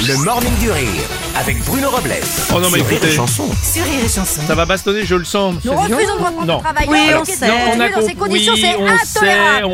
Le Morning du Rire avec Bruno Robles. Oh non mais Sur Rire écoutez, et Chanson. Sur Rire et Chanson. ça va bastonner, je le sens. Nous refusons de reprendre Non. le travail. Oui, Alors, on qu'est-ce sait. que on a vous dans ces compris, conditions, c'est on intolérable.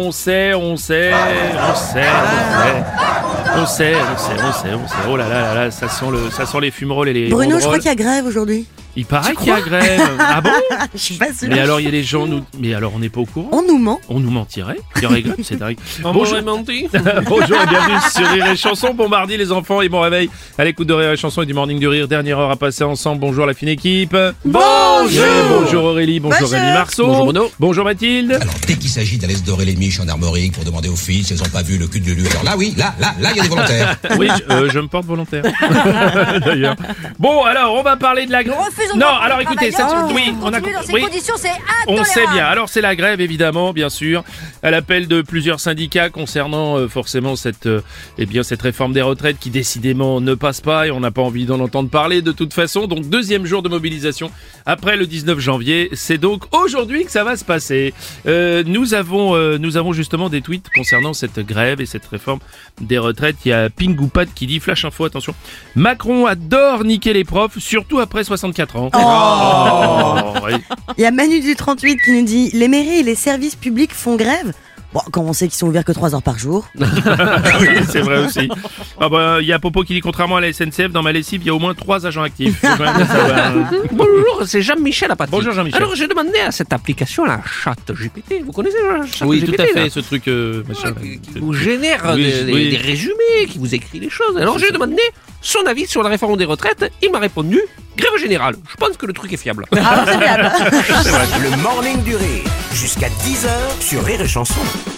sait. Oh là là là là, ça sent les fumerolles et les Bruno, je banderoles. crois qu'il y a grève aujourd'hui. Il paraît qu'il y a grève. Ah bon? Je suis pas sûre. Mais alors il y a des gens mais alors on n'est pas au courant. On nous ment. On nous mentirait. Il y aurait grève, c'est dingue. Bonjour. menti. Bonjour et bienvenue sur Rire et Chanson. Bon mardi les enfants et bon réveil à l'écoute de Rire et Chanson et du Morning du Rire. Dernière heure à passer ensemble. Bonjour la fine équipe. Bonjour. Bonjour Aurélie. Bonjour Bonjour. Rémi Marceau. Bonjour Bruno. Bonjour Mathilde. Alors, dès qu'il s'agit d'aller se dorer les miches en armorique pour demander aux filles si elles ont pas vu le cul de Lulu, alors là, oui, là, il y a des volontaires. Oui, je me porte volontaire. D'ailleurs. Bon, alors, on va parler de la grève. Nous refusons de Non, reprendre alors le écoutez, travail. oui, on a Continuer dans ces oui, conditions, c'est on intolérable. sait bien. Alors, c'est la grève, évidemment, bien sûr, à l'appel de plusieurs syndicats concernant forcément cette réforme des retraites qui décidément ne passe pas et on n'a pas envie d'en entendre parler de toute façon. Donc, deuxième jour de mobilisation après le 19 janvier. C'est donc aujourd'hui que ça va se passer. Nous avons justement des tweets concernant cette grève et cette réforme des retraites. Il y a Pingoupad qui dit, flash info, attention, Macron adore niquer les profs, surtout après 64 ans. Oh, oui. Il y a Manu du 38 qui nous dit les mairies et les services publics font grève. Bon, quand on sait qu'ils sont ouverts que 3 heures par jour. Oui, c'est vrai aussi. Ah bah, il y a Popo qui dit, contrairement à la SNCF, dans ma lessive, il y a au moins 3 agents actifs. Faut quand même le savoir. Bonjour, c'est Jean-Michel Apathy. Bonjour Jean-Michel. Alors j'ai demandé à cette application, la ChatGPT, vous connaissez la ChatGPT? Oui, tout à fait, là ce truc machin. qui vous génère Oui, oui. des résumés, qui vous écrit les choses. Alors j'ai demandé son avis sur la réforme des retraites. Il m'a répondu grève générale. Je pense que le truc est fiable. Ah, c'est bien. Le Morning du Rire jusqu'à 10h sur Rire et Chanson.